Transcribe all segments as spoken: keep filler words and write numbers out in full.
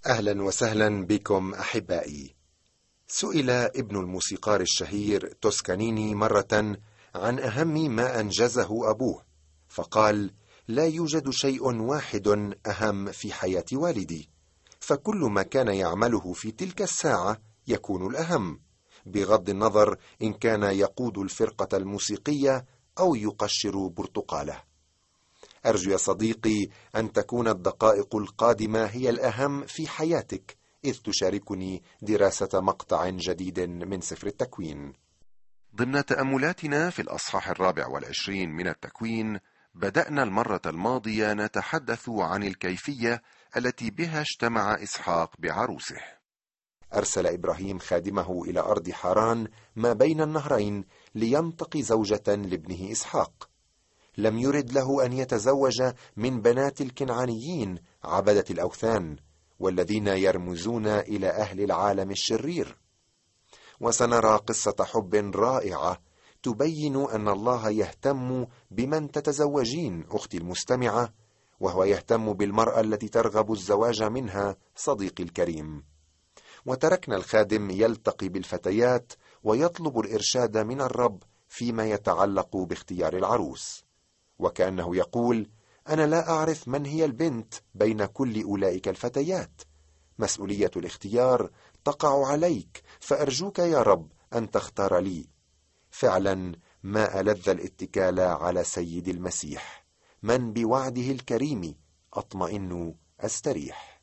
أهلا وسهلا بكم أحبائي. سئل ابن الموسيقار الشهير توسكانيني مرة عن أهم ما أنجزه أبوه، فقال: لا يوجد شيء واحد أهم في حياة والدي، فكل ما كان يعمله في تلك الساعة يكون الأهم، بغض النظر إن كان يقود الفرقة الموسيقية أو يقشر برتقالة. أرجو يا صديقي أن تكون الدقائق القادمة هي الأهم في حياتك، إذ تشاركني دراسة مقطع جديد من سفر التكوين. ضمن تأملاتنا في الأصحاح الرابع والعشرين من التكوين، بدأنا المرة الماضية نتحدث عن الكيفية التي بها اجتمع إسحاق بعروسه. أرسل إبراهيم خادمه إلى أرض حران ما بين النهرين لينتقي زوجة لابنه إسحاق. لم يرد له أن يتزوج من بنات الكنعانيين عبدة الأوثان والذين يرمزون إلى أهل العالم الشرير. وسنرى قصة حب رائعة تبين أن الله يهتم بمن تتزوجين أختي المستمعة، وهو يهتم بالمرأة التي ترغب الزواج منها صديقي الكريم. وتركنا الخادم يلتقي بالفتيات ويطلب الإرشاد من الرب فيما يتعلق باختيار العروس، وكأنه يقول: أنا لا أعرف من هي البنت بين كل أولئك الفتيات، مسؤولية الاختيار تقع عليك، فأرجوك يا رب أن تختار لي. فعلا ما ألذ الاتكال على سيد المسيح، من بوعده الكريم أطمئن أستريح.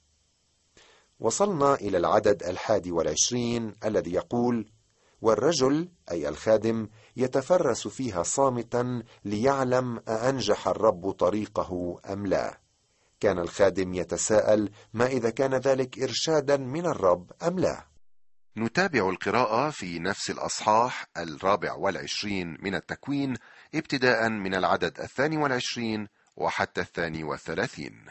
وصلنا إلى العدد الحادي والعشرين الذي يقول: والرجل أي الخادم يتفرس فيها صامتا ليعلم أأنجح الرب طريقه أم لا. كان الخادم يتساءل ما إذا كان ذلك إرشادا من الرب أم لا. نتابع القراءة في نفس الأصحاح الرابع والعشرين من التكوين، ابتداء من العدد الثاني والعشرين وحتى الثاني والثلاثين.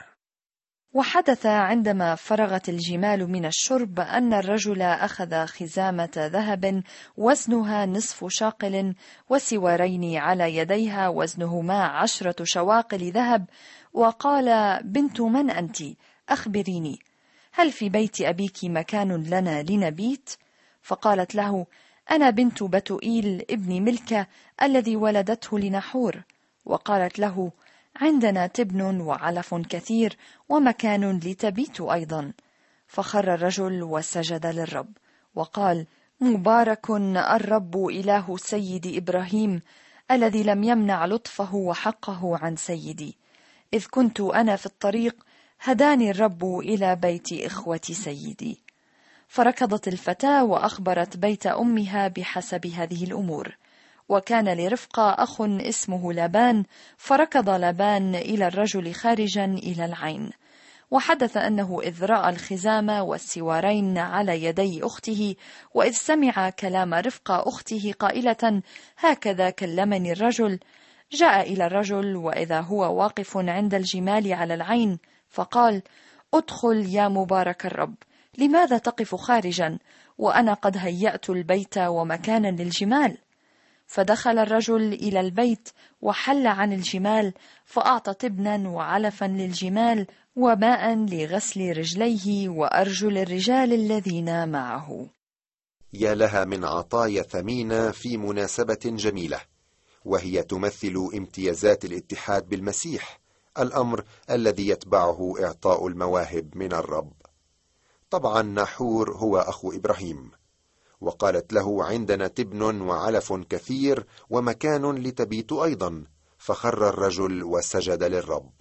وحدث عندما فرغت الجمال من الشرب أن الرجل أخذ خزامة ذهب وزنها نصف شاقل وسوارين على يديها وزنهما عشرة شواقل ذهب، وقال: بنت من أنت؟ أخبريني، هل في بيت أبيك مكان لنا لنبيت؟ فقالت له: أنا بنت بتوئيل ابن ملكة الذي ولدته لنحور. وقالت له: عندنا تبن وعلف كثير ومكان لتبيت أيضا. فخر الرجل وسجد للرب وقال: مبارك الرب إله سيدي إبراهيم الذي لم يمنع لطفه وحقه عن سيدي، إذ كنت أنا في الطريق هداني الرب إلى بيت إخوة سيدي. فركضت الفتاة وأخبرت بيت أمها بحسب هذه الأمور. وكان لرفقة أخ اسمه لابان، فركض لابان إلى الرجل خارجا إلى العين. وحدث أنه إذ رأى الخزام والسوارين على يدي أخته، وإذ سمع كلام رفقة أخته قائلة: هكذا كلمني الرجل، جاء إلى الرجل وإذا هو واقف عند الجمال على العين، فقال: ادخل يا مبارك الرب، لماذا تقف خارجا وأنا قد هيأت البيت ومكانا للجمال؟ فدخل الرجل إلى البيت وحل عن الجمال، فأعطى تبنا وعلفا للجمال وماء لغسل رجليه وأرجل الرجال الذين معه. يا لها من عطايا ثمينة في مناسبة جميلة، وهي تمثل امتيازات الاتحاد بالمسيح، الأمر الذي يتبعه إعطاء المواهب من الرب. طبعا ناحور هو أخو إبراهيم، وقالت له: عندنا تبن وعلف كثير ومكان لتبيت أيضا، فخر الرجل وسجد للرب.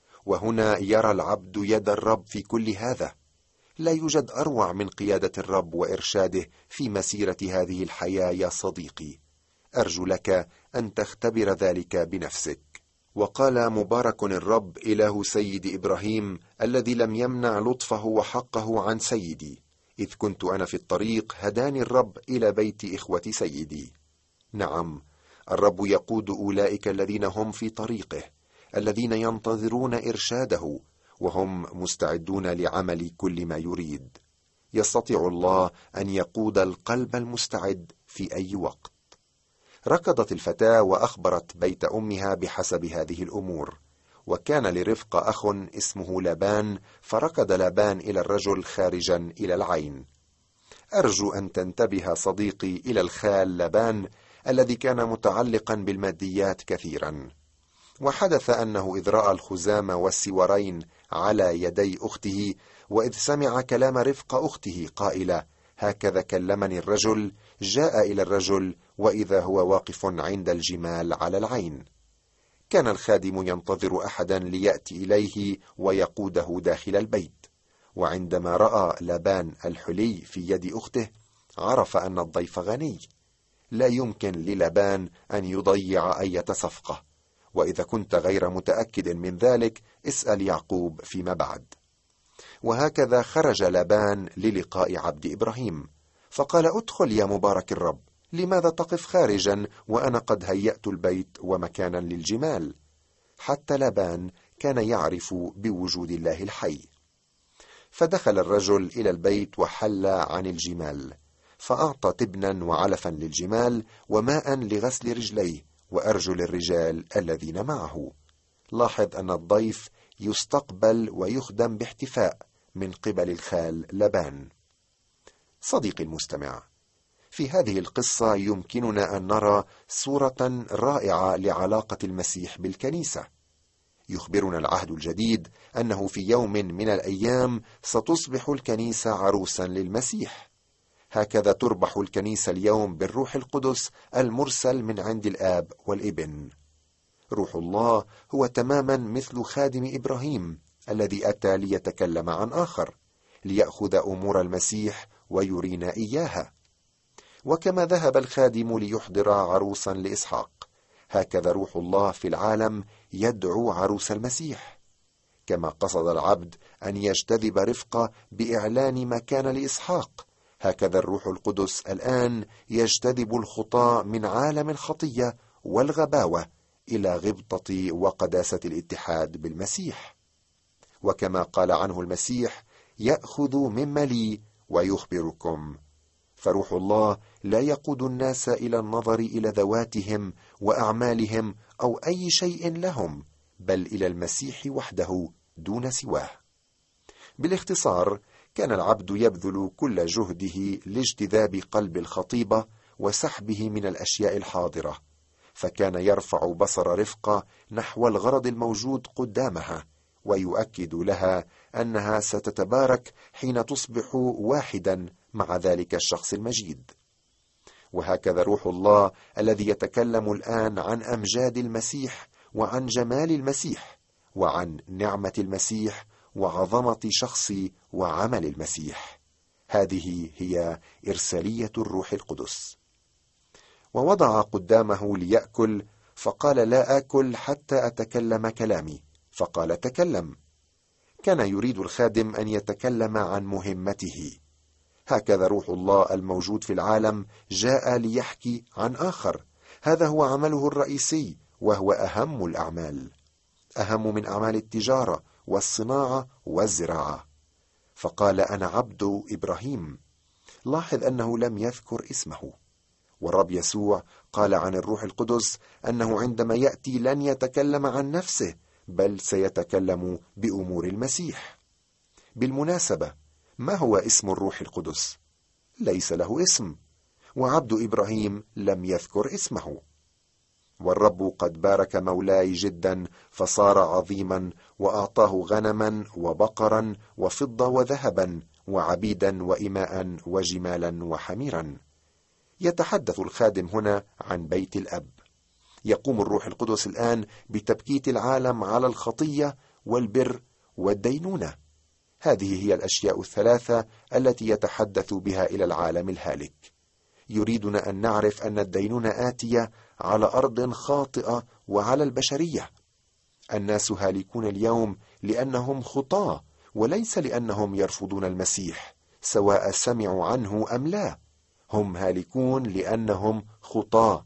وهنا يرى العبد يد الرب في كل هذا. لا يوجد أروع من قيادة الرب وإرشاده في مسيرة هذه الحياة يا صديقي. أرجو لك أن تختبر ذلك بنفسك. وقال: مبارك الرب إله سيد إبراهيم الذي لم يمنع لطفه وحقه عن سيدي، إذ كنت أنا في الطريق هداني الرب إلى بيت إخوة سيدي. نعم، الرب يقود أولئك الذين هم في طريقه، الذين ينتظرون إرشاده وهم مستعدون لعمل كل ما يريد. يستطيع الله أن يقود القلب المستعد في أي وقت. ركضت الفتاة وأخبرت بيت أمها بحسب هذه الأمور، وكان لرفقة أخ اسمه لابان، فركض لابان إلى الرجل خارجا إلى العين. أرجو أن تنتبه صديقي إلى الخال لابان الذي كان متعلقا بالماديات كثيرا. وحدث أنه إذ رأى الخزام والسورين على يدي أخته، وإذ سمع كلام رفقة أخته قائلة: هكذا كلمني الرجل، جاء إلى الرجل وإذا هو واقف عند الجمال على العين. كان الخادم ينتظر أحدا ليأتي إليه ويقوده داخل البيت، وعندما رأى لابان الحلي في يد أخته عرف أن الضيف غني. لا يمكن للابان أن يضيع أي صفقة، وإذا كنت غير متأكد من ذلك اسأل يعقوب فيما بعد. وهكذا خرج لابان للقاء عبد إبراهيم، فقال: ادخل يا مبارك الرب، لماذا تقف خارجا وأنا قد هيأت البيت ومكانا للجمال؟ حتى لابان كان يعرف بوجود الله الحي. فدخل الرجل إلى البيت وحل عن الجمال، فأعطى تبنا وعلفا للجمال وماء لغسل رجليه وأرجل الرجال الذين معه. لاحظ أن الضيف يستقبل ويخدم باحتفاء من قبل الخال لابان. صديقي المستمع، في هذه القصة يمكننا أن نرى صورة رائعة لعلاقة المسيح بالكنيسة. يخبرنا العهد الجديد أنه في يوم من الأيام ستصبح الكنيسة عروسا للمسيح. هكذا تربح الكنيسة اليوم بالروح القدس المرسل من عند الآب والابن. روح الله هو تماما مثل خادم إبراهيم الذي أتى ليتكلم عن آخر، ليأخذ أمور المسيح ويرينا إياها. وكما ذهب الخادم ليحضر عروسا لإسحاق، هكذا روح الله في العالم يدعو عروس المسيح. كما قصد العبد أن يجتذب رفقة بإعلان ما كان لإسحاق، هكذا الروح القدس الآن يجتذب الخطاة من عالم الخطية والغباوة إلى غبطة وقداسة الاتحاد بالمسيح. وكما قال عنه المسيح: يأخذ مما لي ويخبركم. فروح الله لا يقود الناس إلى النظر إلى ذواتهم وأعمالهم أو أي شيء لهم، بل إلى المسيح وحده دون سواه. بالاختصار، كان العبد يبذل كل جهده لاجتذاب قلب الخطيبة وسحبه من الأشياء الحاضرة، فكان يرفع بصر رفقة نحو الغرض الموجود قدامها، ويؤكد لها أنها ستتبارك حين تصبح واحدا مع ذلك الشخص المجيد. وهكذا روح الله الذي يتكلم الآن عن أمجاد المسيح وعن جمال المسيح وعن نعمة المسيح وعظمة شخص وعمل المسيح. هذه هي إرسالية الروح القدس. ووضع قدامه ليأكل، فقال: لا آكل حتى أتكلم كلامي. فقال: تكلم. كان يريد الخادم أن يتكلم عن مهمته. هكذا روح الله الموجود في العالم جاء ليحكي عن آخر. هذا هو عمله الرئيسي، وهو أهم الأعمال، أهم من أعمال التجارة والصناعة والزراعة. فقال: أنا عبد إبراهيم. لاحظ أنه لم يذكر اسمه. والرب يسوع قال عن الروح القدس أنه عندما يأتي لن يتكلم عن نفسه، بل سيتكلم بأمور المسيح. بالمناسبة، ما هو اسم الروح القدس؟ ليس له اسم، وعبد إبراهيم لم يذكر اسمه. والرب قد بارك مولاي جدا فصار عظيما، وأعطاه غنما وبقرا وفضة وذهبا وعبيدا وإماء وجمالا وحميرا. يتحدث الخادم هنا عن بيت الأب. يقوم الروح القدس الآن بتبكيت العالم على الخطية والبر والدينونة. هذه هي الأشياء الثلاثة التي يتحدث بها إلى العالم الهالك. يريدنا أن نعرف أن الدينونة آتية على أرض خاطئة وعلى البشرية. الناس هالكون اليوم لأنهم خطاة، وليس لأنهم يرفضون المسيح سواء سمعوا عنه أم لا. هم هالكون لأنهم خطاة.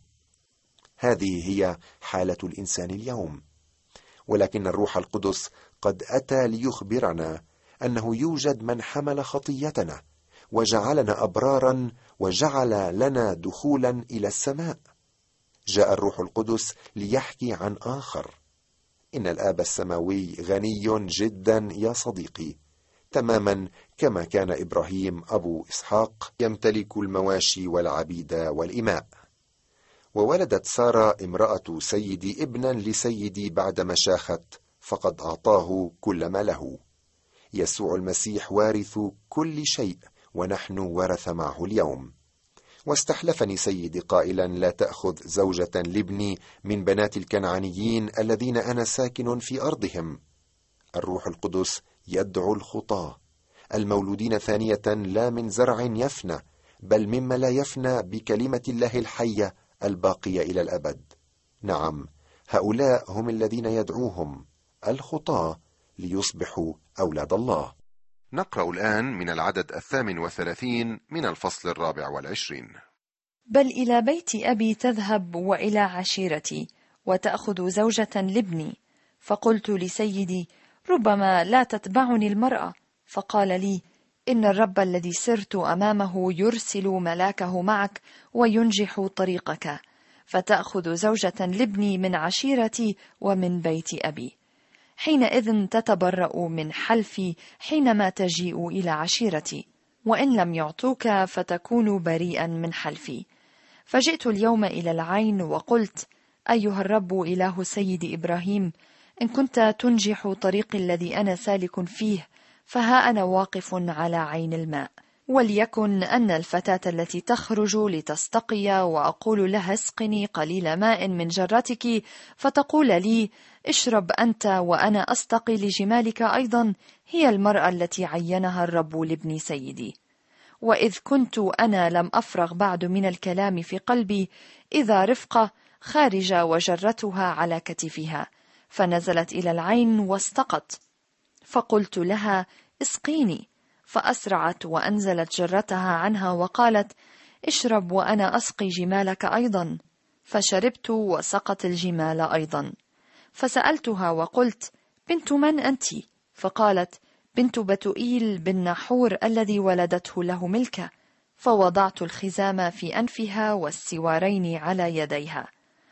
هذه هي حالة الإنسان اليوم. ولكن الروح القدس قد أتى ليخبرنا أنه يوجد من حمل خطيتنا وجعلنا أبرارا وجعل لنا دخولا إلى السماء. جاء الروح القدس ليحكي عن آخر. إن الآب السماوي غني جدا يا صديقي، تماما كما كان إبراهيم أبو إسحاق يمتلك المواشي والعبيد والإماء. وولدت سارة امرأة سيدي ابنا لسيدي بعدما شاخت، فقد أعطاه كل ما له. يسوع المسيح وارث كل شيء، ونحن ورث معه اليوم. واستحلفني سيدي قائلا: لا تأخذ زوجة لابني من بنات الكنعانيين الذين أنا ساكن في أرضهم. الروح القدس يدعو الخطاة المولودين ثانية لا من زرع يفنى، بل مما لا يفنى بكلمة الله الحية الباقية إلى الأبد. نعم، هؤلاء هم الذين يدعوهم الخطاة ليصبحوا أولاد الله. نقرأ الآن من العدد الثامن وثلاثين من الفصل الرابع والعشرين. بل إلى بيت أبي تذهب وإلى عشيرتي وتأخذ زوجة لابني. فقلت لسيدي: ربما لا تتبعني المرأة. فقال لي: إن الرب الذي سرت أمامه يرسل ملاكه معك وينجح طريقك، فتأخذ زوجة لابني من عشيرتي ومن بيت أبي. حينئذ تتبرأ من حلفي حينما تجيء إلى عشيرتي، وإن لم يعطوك فتكون بريئا من حلفي. فجئت اليوم إلى العين وقلت: أيها الرب إله سيد إبراهيم، إن كنت تنجح طريقي الذي أنا سالك فيه، فها أنا واقف على عين الماء. وليكن أن الفتاة التي تخرج لتستقي وأقول لها: اسقني قليل ماء من جرتك، فتقول لي: اشرب أنت وأنا أستقي لجمالك أيضا، هي المرأة التي عينها الرب لابن سيدي. وإذ كنت أنا لم أفرغ بعد من الكلام في قلبي، إذا رفقة خارجة وجرتها على كتفها، فنزلت إلى العين واستقت. فقلت لها: اسقيني. فأسرعت وأنزلت جرتها عنها وقالت: اشرب وأنا أسقي جمالك أيضا. فشربت وسقت الجمال أيضا. فسألتها وقلت: بنت من أنت؟ فقالت: بنت بتوئيل بن نحور الذي ولدته له ملكة. فوضعت الخزام في أنفها والسوارين على يديها،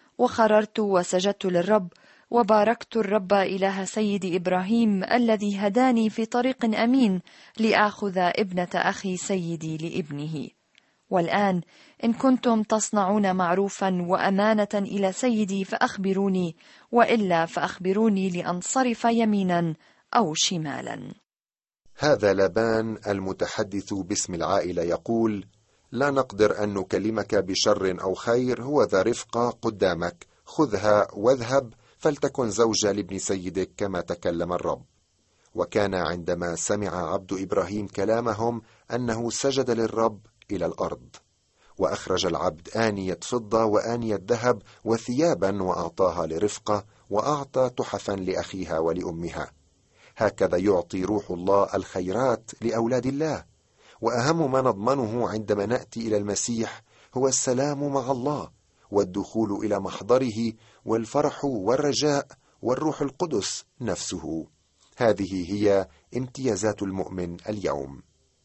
وخررت وسجدت للرب، وباركت الرب إله سيد إبراهيم الذي هداني في طريق أمين لآخذ ابنة أخي سيدي لابنه. والآن إن كنتم تصنعون معروفا وأمانة إلى سيدي فأخبروني، وإلا فأخبروني لأنصرف يمينا أو شمالا. هذا لابان المتحدث باسم العائلة يقول: لا نقدر أن نكلمك بشر أو خير، هو ذا رفقة قدامك، خذها واذهب، فلتكن زوجة لابن سيدك كما تكلم الرب. وكان عندما سمع عبد إبراهيم كلامهم أنه سجد للرب إلى الأرض، وأخرج العبد آنية فضة وآنية ذهب وثيابا وأعطاها لرفقة، وأعطى تحفا لأخيها ولأمها. هكذا يعطي روح الله الخيرات لأولاد الله. وأهم ما نضمنه عندما نأتي إلى المسيح هو السلام مع الله، والدخول إلى محضره، والفرح والرجاء والروح القدس نفسه. هذه هي امتيازات المؤمن اليوم.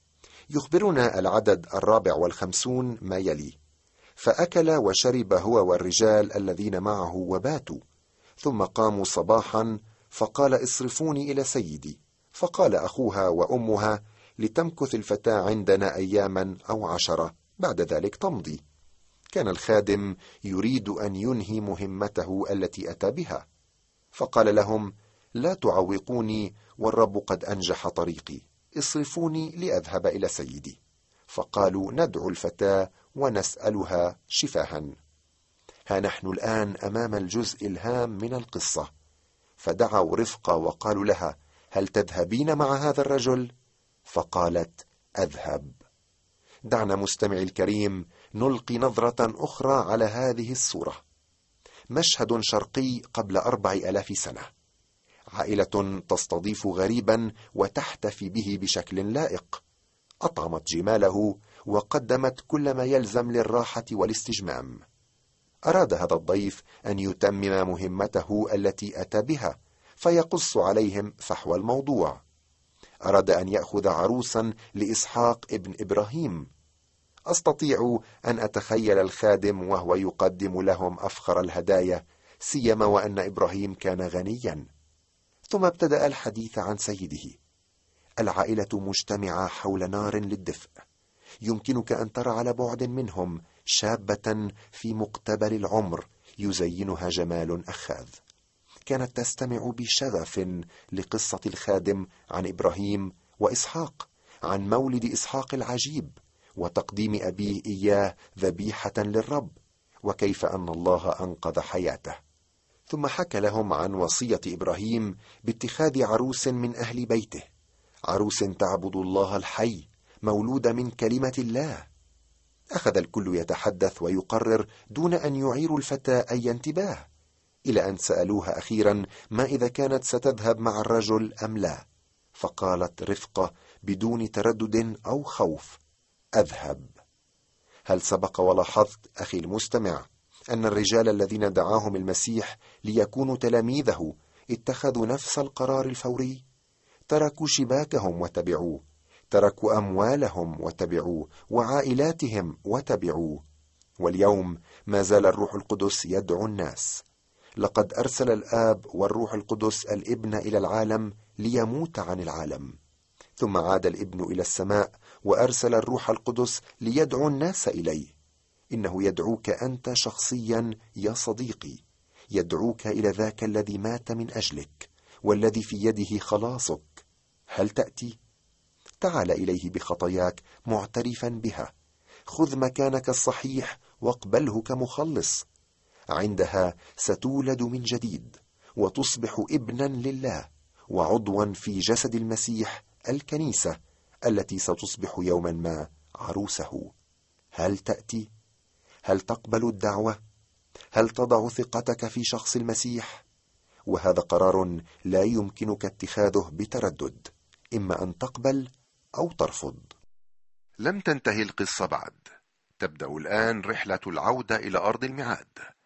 يخبرنا العدد الرابع والخمسون ما يلي: فأكل وشرب هو والرجال الذين معه وباتوا، ثم قاموا صباحا، فقال: اصرفوني إلى سيدي. فقال أخوها وأمها: لتمكث الفتاة عندنا أياما أو عشرة، بعد ذلك تمضي. كان الخادم يريد أن ينهي مهمته التي أتى بها، فقال لهم: لا تعوقوني، والرب قد أنجح طريقي، اصرفوني لأذهب إلى سيدي. فقالوا: ندعو الفتاة ونسألها شفاها. ها نحن الآن أمام الجزء الهام من القصة. فدعوا رفقة وقالوا لها: هل تذهبين مع هذا الرجل؟ فقالت: أذهب. دعنا مستمعي الكريم نلقي نظرة أخرى على هذه الصورة. مشهد شرقي قبل أربع ألاف سنة، عائلة تستضيف غريبا وتحتفي به بشكل لائق، أطعمت جماله وقدمت كل ما يلزم للراحة والاستجمام. أراد هذا الضيف أن يتمم مهمته التي أتى بها، فيقص عليهم فحوى الموضوع. أراد أن يأخذ عروسا لإسحاق ابن إبراهيم. أستطيع أن أتخيل الخادم وهو يقدم لهم أفخر الهدايا، سيما وأن إبراهيم كان غنيا. ثم ابتدأ الحديث عن سيده. العائلة مجتمعة حول نار للدفء. يمكنك أن ترى على بعد منهم شابة في مقتبل العمر يزينها جمال أخاذ. كانت تستمع بشغف لقصة الخادم عن إبراهيم وإسحاق، عن مولد إسحاق العجيب وتقديم أبيه إياه ذبيحة للرب، وكيف أن الله أنقذ حياته. ثم حكى لهم عن وصية إبراهيم باتخاذ عروس من أهل بيته، عروس تعبد الله الحي مولودة من كلمة الله. أخذ الكل يتحدث ويقرر دون أن يعيروا الفتى أي انتباه، إلى أن سألوها أخيرا ما إذا كانت ستذهب مع الرجل أم لا، فقالت رفقة بدون تردد أو خوف: أذهب. هل سبق ولاحظت أخي المستمع أن الرجال الذين دعاهم المسيح ليكونوا تلاميذه اتخذوا نفس القرار الفوري؟ تركوا شباكهم وتبعوه، تركوا أموالهم وتبعوه، وعائلاتهم وتبعوه. واليوم ما زال الروح القدس يدعو الناس. لقد أرسل الآب والروح القدس الابن إلى العالم ليموت عن العالم، ثم عاد الابن إلى السماء وأرسل الروح القدس ليدعو الناس إليه. إنه يدعوك أنت شخصيا يا صديقي، يدعوك إلى ذاك الذي مات من أجلك والذي في يده خلاصك. هل تأتي؟ تعال إليه بخطاياك معترفا بها، خذ مكانك الصحيح واقبله كمخلص. عندها ستولد من جديد وتصبح ابنا لله وعضوا في جسد المسيح الكنيسة التي ستصبح يوما ما عروسه. هل تأتي؟ هل تقبل الدعوة؟ هل تضع ثقتك في شخص المسيح؟ وهذا قرار لا يمكنك اتخاذه بتردد، إما أن تقبل أو ترفض. لم تنتهي القصة بعد، تبدأ الآن رحلة العودة إلى أرض الميعاد.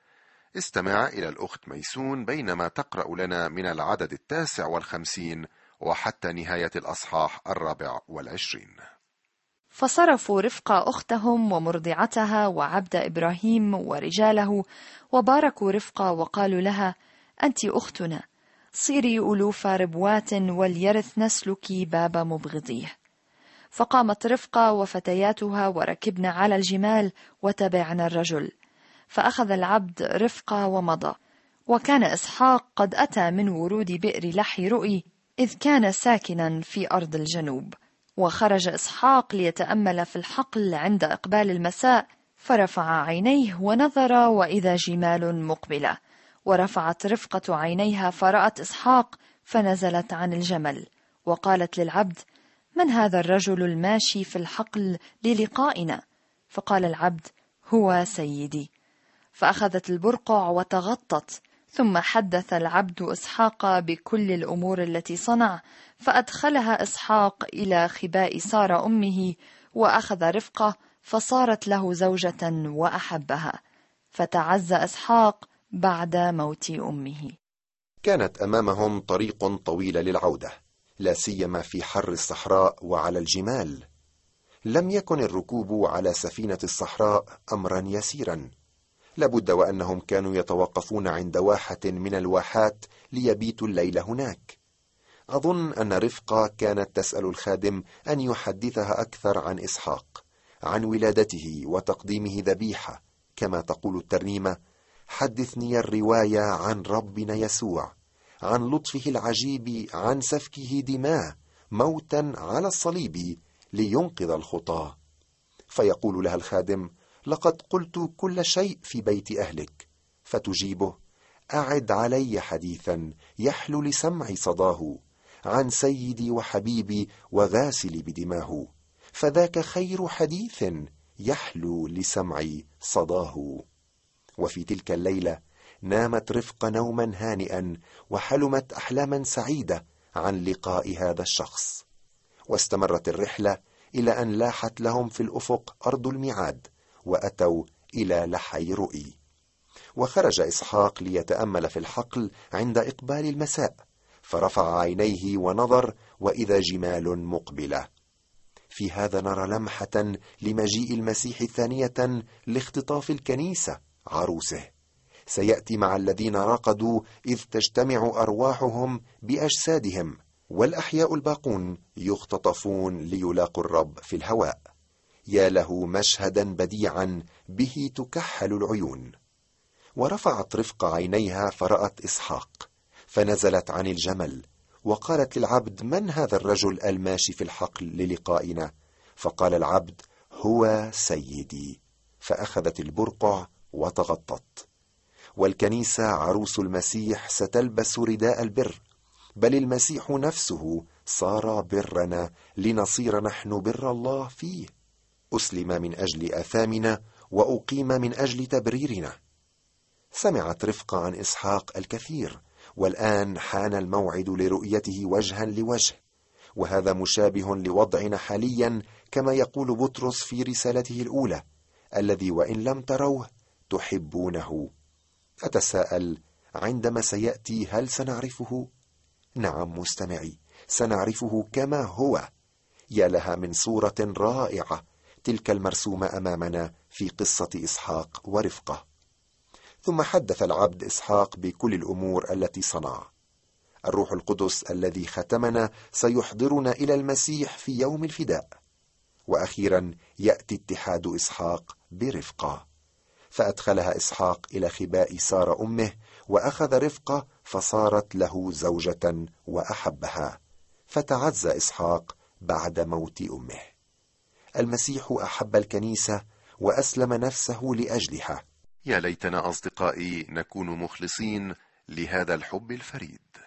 استمع إلى الأخت ميسون بينما تقرأ لنا من العدد التاسع والخمسين وحتى نهاية الأصحاح الرابع والعشرين. فصرفوا رفقة أختهم ومرضعتها وعبد إبراهيم ورجاله، وباركوا رفقة وقالوا لها: أنت أختنا، صيري ألوف ربوات وليرث نسلك باب مبغضيه. فقامت رفقة وفتياتها وركبن على الجمال وتبعن الرجل، فأخذ العبد رفقة ومضى. وكان إسحاق قد أتى من ورود بئر لحي رؤي، إذ كان ساكنا في أرض الجنوب. وخرج إسحاق ليتأمل في الحقل عند إقبال المساء، فرفع عينيه ونظر وإذا جمال مقبلة، ورفعت رفقة عينيها فرأت إسحاق، فنزلت عن الجمل وقالت للعبد: من هذا الرجل الماشي في الحقل للقائنا؟ فقال العبد: هو سيدي. فأخذت البرقع وتغطت، ثم حدث العبد إسحاق بكل الأمور التي صنع، فأدخلها إسحاق إلى خباء سارة أمه، وأخذ رفقة فصارت له زوجة وأحبها، فتعزى إسحاق بعد موت أمه. كانت أمامهم طريق طويل للعودة، لا سيما في حر الصحراء وعلى الجمال. لم يكن الركوب على سفينة الصحراء أمرا يسيرا، لابد وأنهم كانوا يتوقفون عند واحة من الواحات ليبيتوا الليل هناك. أظن أن رفقة كانت تسأل الخادم أن يحدثها أكثر عن إسحاق، عن ولادته وتقديمه ذبيحة، كما تقول الترنيمة: حدثني الرواية عن ربنا يسوع، عن لطفه العجيب، عن سفكه دماء موتا على الصليب لينقذ الخطاة. فيقول لها الخادم: لقد قلت كل شيء في بيت أهلك. فتجيبه: أعد علي حديثا يحلو لسمعي صداه، عن سيدي وحبيبي وغاسلي بدماه، فذاك خير حديث يحلو لسمعي صداه. وفي تلك الليلة نامت رفقة نوما هانئا، وحلمت أحلاما سعيدة عن لقاء هذا الشخص. واستمرت الرحلة إلى أن لاحت لهم في الأفق أرض الميعاد، وأتوا إلى لحي رؤي. وخرج إسحاق ليتأمل في الحقل عند إقبال المساء، فرفع عينيه ونظر وإذا جمال مقبلة. في هذا نرى لمحة لمجيء المسيح ثانية لاختطاف الكنيسة عروسه. سيأتي مع الذين رقدوا إذ تجتمع أرواحهم بأجسادهم، والأحياء الباقون يختطفون ليلاقوا الرب في الهواء. يا له مشهدا بديعا به تكحل العيون. ورفعت رفقة عينيها فرأت إسحاق، فنزلت عن الجمل وقالت للعبد: من هذا الرجل الماشي في الحقل للقائنا؟ فقال العبد: هو سيدي. فأخذت البرقع وتغطت. والكنيسة عروس المسيح ستلبس رداء البر، بل المسيح نفسه صار برنا لنصير نحن بر الله فيه. أسلم من أجل آثامنا وأقيم من أجل تبريرنا. سمعت رفقة عن إسحاق الكثير، والآن حان الموعد لرؤيته وجها لوجه، وهذا مشابه لوضعنا حاليا، كما يقول بطرس في رسالته الأولى: الذي وإن لم تروه تحبونه. أتساءل: عندما سيأتي هل سنعرفه؟ نعم مستمعي، سنعرفه كما هو. يا لها من صورة رائعة تلك المرسومة أمامنا في قصة إسحاق ورفقة. ثم حدث العبد إسحاق بكل الأمور التي صنع. الروح القدس الذي ختمنا سيحضرنا إلى المسيح في يوم الفداء. وأخيرا يأتي اتحاد إسحاق برفقة، فأدخلها إسحاق إلى خباء سارة أمه، وأخذ رفقة فصارت له زوجة وأحبها، فتعزى إسحاق بعد موت أمه. المسيح أحب الكنيسة وأسلم نفسه لأجلها. يا ليتنا أصدقائي نكون مخلصين لهذا الحب الفريد.